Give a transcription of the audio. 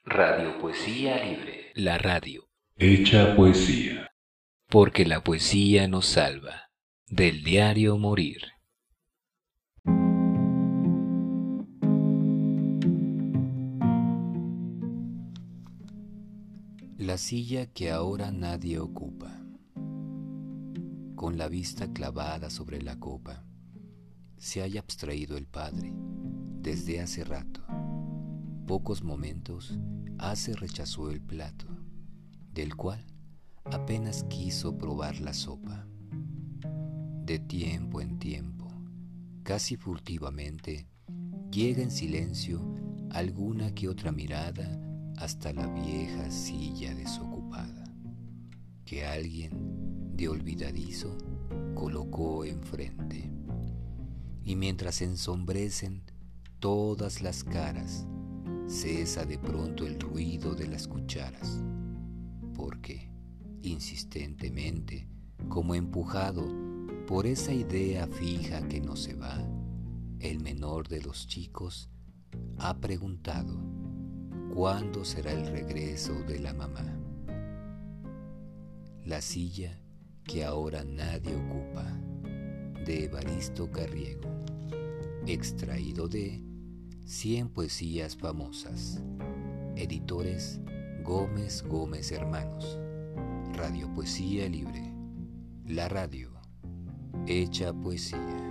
Radio Poesía Libre. La radio. Hecha poesía. Porque la poesía nos salva. Del diario Morir. La silla que ahora nadie ocupa. Con la vista clavada sobre la copa, se haya abstraído el padre desde hace rato. Pocos momentos hace rechazó el plato, del cual apenas quiso probar la sopa. De tiempo en tiempo, casi furtivamente, llega en silencio alguna que otra mirada hasta la vieja silla desocupada, que alguien de olvidadizo colocó enfrente. Y mientras ensombrecen todas las caras, cesa de pronto el ruido de las cucharas, porque, insistentemente, como empujado por esa idea fija que no se va, el menor de los chicos ha preguntado cuándo será el regreso de la mamá. La silla que ahora nadie ocupa, de Evaristo Carriego, extraído de 100 poesías famosas. Editores Gómez Gómez Hermanos. Radio Poesía Libre. La radio hecha poesía.